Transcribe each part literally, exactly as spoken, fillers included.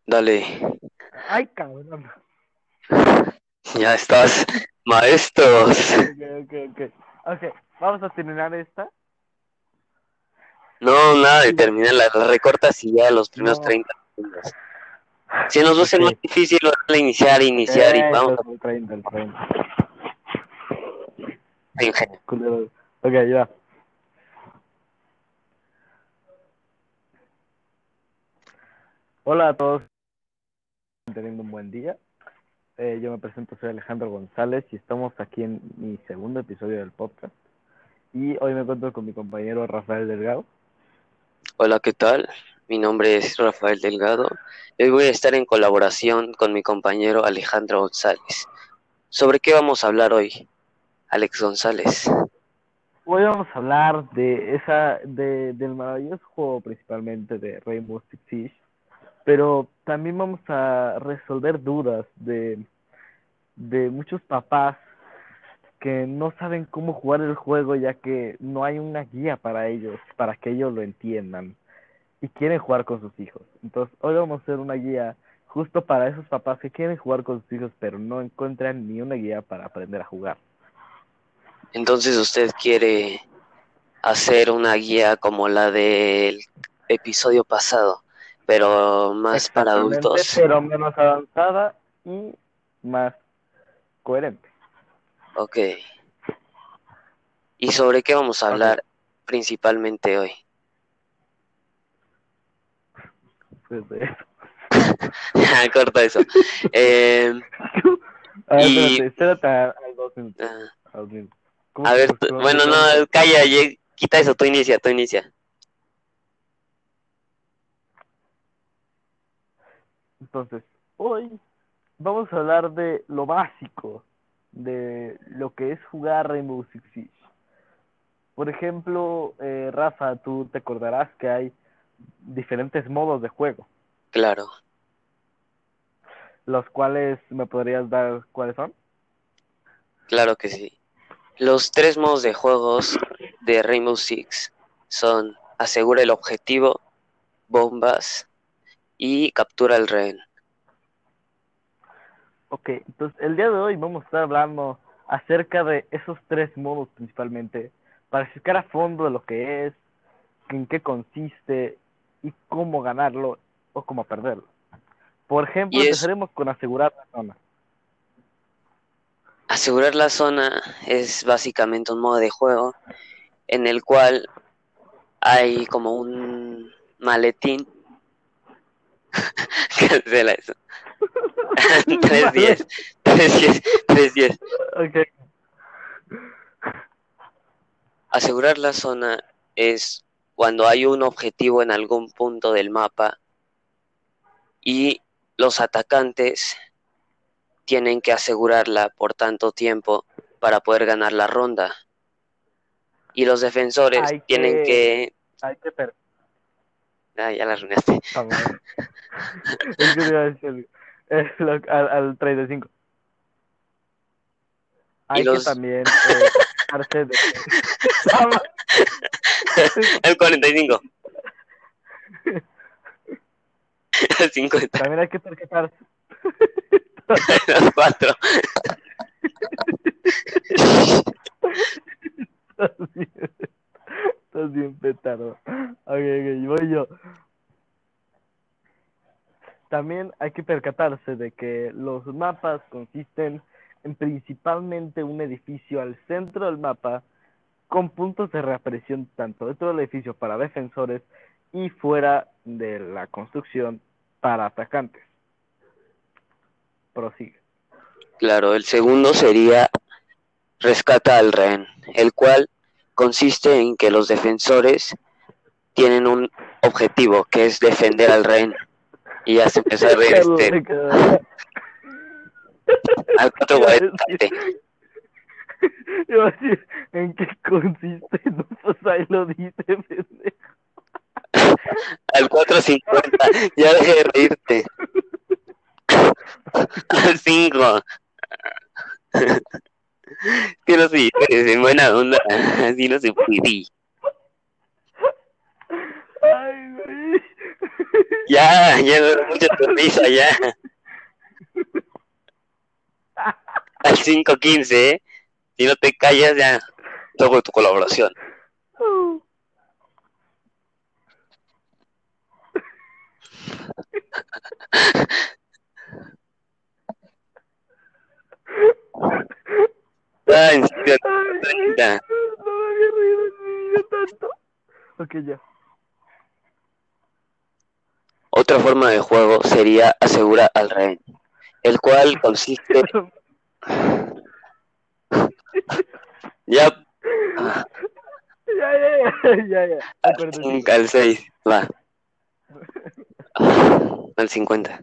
Dale, Ay, cabrón. ya estás, maestros. Ok, ok, ok. Ok, vamos a terminar esta. No, nada de Y va- terminar, la, la recortas y ya los primeros No. treinta segundos. Si nos va a ser Ok, más difícil, darle iniciar, ok, iniciar y vamos a entonces el treinta, el treinta. ingenio. Culero. Ok, ya. Hola a todos, teniendo un buen día. Eh, yo me presento, soy Alejandro González y estamos aquí en mi segundo episodio del podcast. Y hoy me encuentro con mi compañero Rafael Delgado. Hola, ¿qué tal? Mi nombre es Rafael Delgado y hoy voy a estar en colaboración con mi compañero Alejandro González. ¿Sobre qué vamos a hablar hoy, Alex González? Hoy vamos a hablar de esa, de, del maravilloso juego principalmente de Rainbow Six Siege, pero también vamos a resolver dudas de, de muchos papás que no saben cómo jugar el juego ya que no hay una guía para ellos, para que ellos lo entiendan y quieren jugar con sus hijos. Entonces, hoy vamos a hacer una guía justo para esos papás que quieren jugar con sus hijos pero no encuentran ni una guía para aprender a jugar. Entonces, ¿usted quiere hacer una guía como la del episodio pasado, pero más para Exactamente, adultos? pero menos avanzada y más coherente. Ok. ¿Y sobre qué vamos a Ok, hablar principalmente hoy? pues de eso. Corta eso. Eh, A ver, y espérate, espérate a, a dos minutos. ah, A dos minutos. ¿Cómo, a ver, cómo, tú- cómo, bueno, cómo dice? no, calla, ye- quita eso, tú inicia, tú inicia. Entonces, hoy vamos a hablar de lo básico de lo que es jugar Rainbow Six Siege. Por ejemplo, eh, Rafa, tú te acordarás que hay diferentes modos de juego, Claro, los cuales me podrías dar cuáles son. claro que sí. Los tres modos de juegos de Rainbow Six son asegura el objetivo, bombas y captura el rehén. Ok, entonces el día de hoy vamos a estar hablando acerca de esos tres modos principalmente, para explicar a fondo de lo que es, en qué consiste y cómo ganarlo o cómo perderlo. Por ejemplo, Y es empezaremos con asegurar la zona. asegurar la zona es básicamente un modo de juego en el cual hay como un maletín. Cancela eso. tres Vale. diez tres diez tres diez Ok, Asegurar la zona es cuando hay un objetivo en algún punto del mapa y los atacantes tienen que asegurarla por tanto tiempo para poder ganar la ronda. Y los defensores hay tienen que, que... hay que per... Ah, ya la arruinaste. Jamás. Es que te iba a decir eh, lo- al, al treinta y cinco. Y Hay que los... también eh, percatarse de que... El cuarenta y cinco el cincuenta También hay que percatarse. los cuatro Estás bien, estás bien petardo. Ok, ok, voy yo. También hay que percatarse de que los mapas consisten en principalmente un edificio al centro del mapa con puntos de reaparición tanto dentro del edificio para defensores y fuera de la construcción para atacantes. Prosigue. Claro, el segundo sería rescata al rehén, el cual consiste en que los defensores tienen un objetivo, que es defender al rehén. Y ya se empezó a reír Carlos este. se quedó. Al cuatro Iba a cuarenta, decir, cállate. iba a decir, ¿en qué consiste? No, pues ahí lo dice, pendejo. Al cuatro cincuenta, ya deje de reírte. Al cinco, que no se en buena onda, así no se puede. Ay, güey. Ya, ya no era mucho tu risa, ya. Al cinco quince, ¿eh? Si no te callas, ya toco tu colaboración. Ah, en serio, Ay, güey, treinta. no me había reído en mi vida tanto. Ok, ya. Otra forma de juego sería asegurar al rehén, el cual consiste ya Ya, ya, ya, ya, ya. Al cuarenta y cinco. al seis, va, al cincuenta,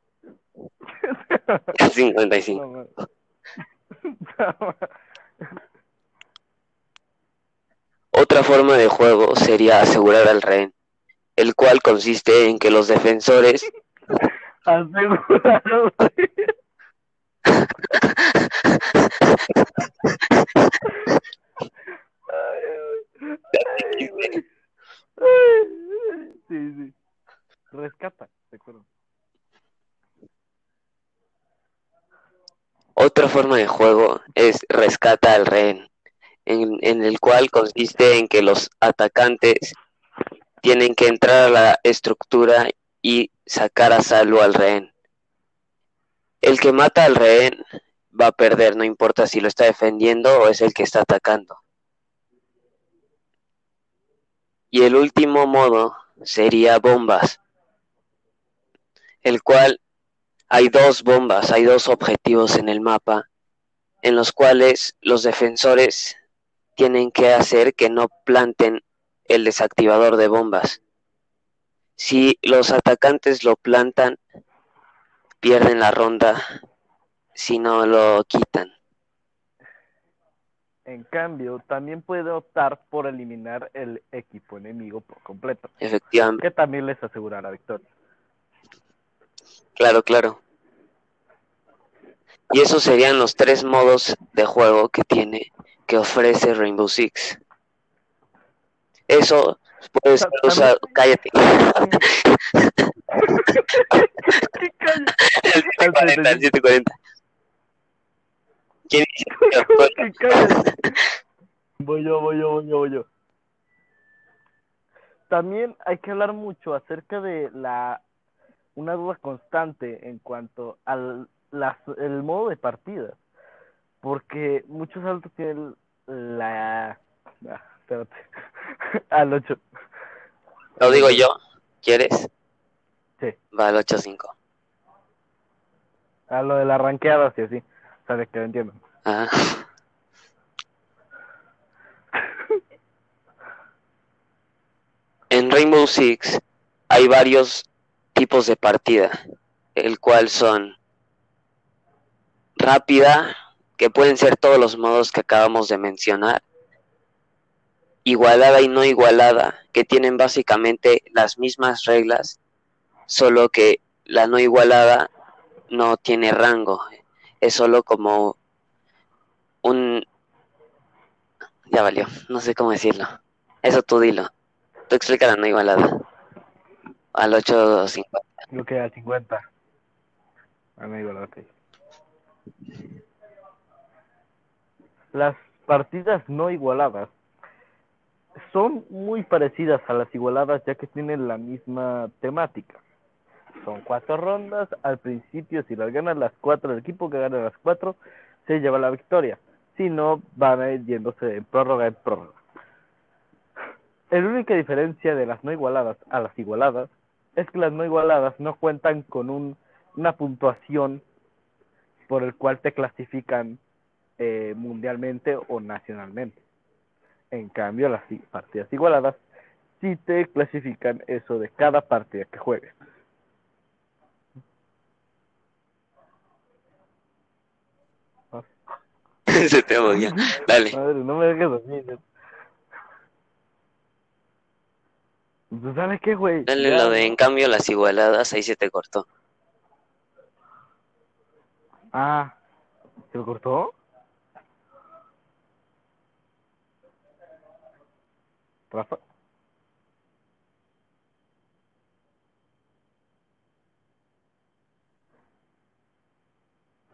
al cincuenta y cinco. No, man. Otra forma de juego sería asegurar al rehén, el cual consiste en que los defensores Asegurado, güey. Ay, ay, güey. Ay, sí, sí. Rescata, recuerdo. Otra forma de juego es rescata al rehén, en, en el cual consiste en que los atacantes tienen que entrar a la estructura y sacar a salvo al rehén. El que mata al rehén va a perder, no importa si lo está defendiendo o es el que está atacando. Y el último modo sería bombas, el cual hay dos bombas, hay dos objetivos en el mapa, en los cuales los defensores tienen que hacer que no planten el desactivador de bombas. Si los atacantes lo plantan, pierden la ronda, si no lo quitan. En cambio, también puede optar por eliminar el equipo enemigo por completo, Efectivamente, que también les asegura la victoria. claro, claro. Y esos serían los tres modos de juego que tiene, que ofrece Rainbow Six. Eso puede ser Ta- también usado, cállate. hay... ¿Qué calle? El Al treinta y setecientos cuarenta, el cinco. setecientos cuarenta. ¿Quién ¿Cómo que cállate? dice? Voy yo, voy yo, voy yo, voy yo. También hay que hablar mucho acerca de la una duda constante en cuanto al las, el modo de partida, porque muchos altos tienen la... Ah, espérate. Al ocho. Lo Al digo ocho. yo. ¿Quieres? Sí. Va al ocho cinco. A lo de la ranqueada, sí, sí. Sabes que lo entiendo. Ah. En Rainbow Six hay varios tipos de partida, el cual son rápida, que pueden ser todos los modos que acabamos de mencionar, igualada y no igualada, que tienen básicamente las mismas reglas, solo que la no igualada no tiene rango, es solo como un... Ya valió, no sé cómo decirlo. Eso tú dilo. Tú explica la no igualada. Al ocho cincuenta. Lo que al cincuenta. Amigo, lo que... Las partidas no igualadas son muy parecidas a las igualadas ya que tienen la misma temática. Son cuatro rondas, al principio si las ganan las cuatro, el equipo que gana las cuatro se lleva la victoria. Si no, van a ir yéndose en prórroga en prórroga. La única diferencia de las no igualadas a las igualadas es que las no igualadas no cuentan con un, una puntuación por el cual te clasifican eh, mundialmente o nacionalmente. En cambio, las partidas igualadas sí te clasifican eso de cada partida que juegues. Se te ya. Dale. Madre, no me dejes dormir. Pues, ¿sabes qué, güey? Dale lo Ya, de en ¿no? cambio las igualadas, ahí se te cortó. Ah, ¿se lo cortó? Rafa.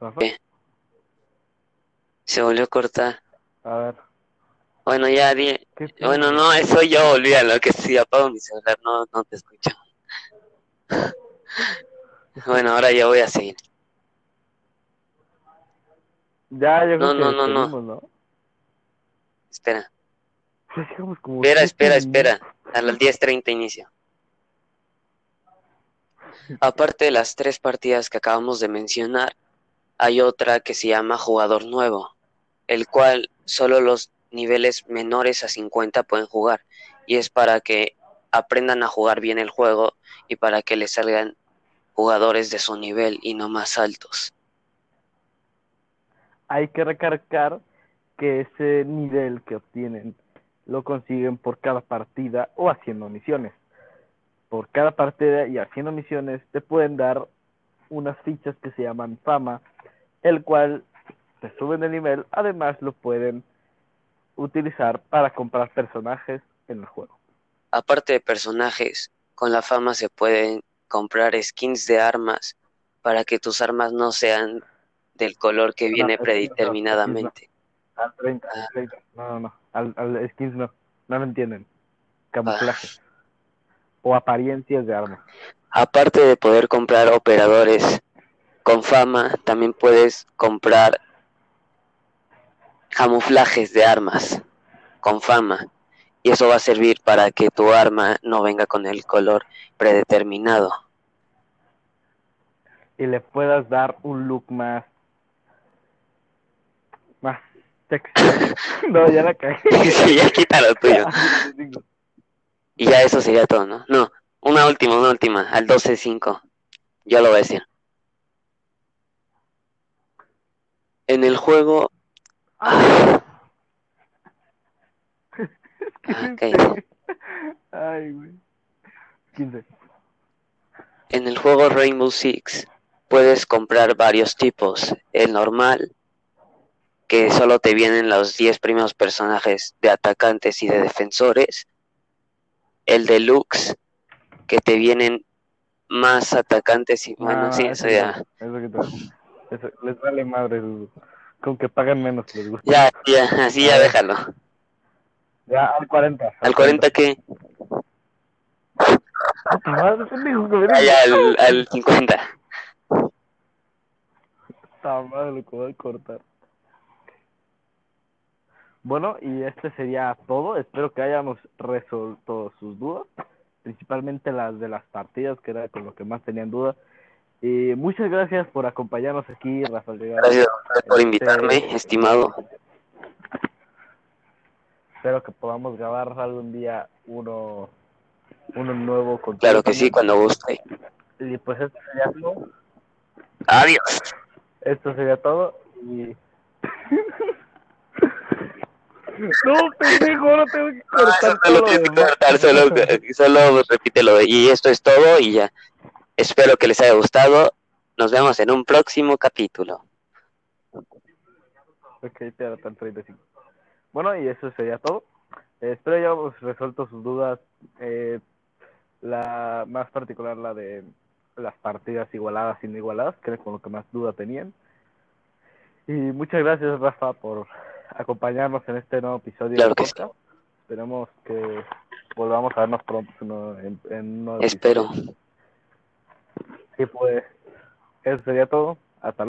Rafa, ¿Qué? Se volvió a cortar. a ver, Bueno, ya di. ¿qué Bueno, piensas? no, eso yo, olvídalo, que si apago mi celular no, no te escucho. Bueno, ahora ya voy a seguir. Ya, yo creo No, que no, no, no. despedimos, ¿no? Espera. Ya llevamos como Espera, siete espera, minutos. espera. A las diez treinta inicio. Aparte de las tres partidas que acabamos de mencionar, hay otra que se llama Jugador Nuevo, el cual solo los niveles menores a cincuenta pueden jugar, y es para que aprendan a jugar bien el juego y para que les salgan jugadores de su nivel y no más altos. Hay que recargar que ese nivel que obtienen lo consiguen por cada partida o haciendo misiones. Por cada partida y haciendo misiones te pueden dar unas fichas que se llaman fama, el cual te suben de nivel, además lo pueden utilizar para comprar personajes en el juego. Aparte de personajes, con la fama se pueden comprar skins de armas para que tus armas no sean del color que No, viene skins no, skins no. predeterminadamente. Al treinta, al Ah, treinta. No, no, no. Al, al skins no. No lo entienden. Camuflajes. ah. O apariencias de armas. Aparte de poder comprar operadores con fama, también puedes comprar camuflajes de armas con fama. Y eso va a servir para que tu arma no venga con el color predeterminado. Y le puedas dar un look más. Más sexy. No, ya la caí. Sí, ya quita lo tuyo. Y ya eso sería todo, ¿no? No, una última, una última, al doce cinco. Yo lo voy a decir. En el juego... Ah, ¿qué es Ah, este? Ay, güey. quince. En el juego Rainbow Six puedes comprar varios tipos. El normal, que solo te vienen los diez primeros personajes de atacantes y de defensores. El deluxe, que te vienen más atacantes y No, bueno, sí, no, eso eso quítalo. ya. Eso quítalo. Eso, les vale madre. Eso. Con que paguen menos les gusta. Ya, ya, así A ya ver. déjalo. Ya, al cuarenta. Al Al cuarenta. cuarenta que, Puta madre, pendejo, que me ya, dijo. ya, al, al cincuenta. Puta madre, lo que voy a cortar. Bueno, y este sería todo. Espero que hayamos resuelto sus dudas, principalmente las de las partidas, que era con lo que más tenían dudas. Y muchas gracias por acompañarnos aquí, Rafael Delgado, Gracias a usted en por invitarme, este nuevo estimado. episodio. Espero que podamos grabar algún día uno, uno nuevo contigo Claro que sí, también. cuando guste. Y pues esto sería todo. Adiós. Esto sería todo. Y... No, pendejo, no tengo que No, eso cortar no todo lo lo tienes que demás. cortar, solo, solo repítelo. Y esto es todo y ya. Espero que les haya gustado. Nos vemos en un próximo capítulo. Ok, te da tan treinta y cinco. Bueno, y eso sería todo. Eh, espero hayamos resuelto sus dudas. Eh, la más particular, la de las partidas igualadas y no igualadas, que era con lo que más duda tenían. Y muchas gracias, Rafa, por acompañarnos en este nuevo episodio del Claro que sí. podcast. Esperemos que volvamos a vernos pronto en, en un nuevo Espero. episodio. Y pues, eso sería todo. Hasta luego.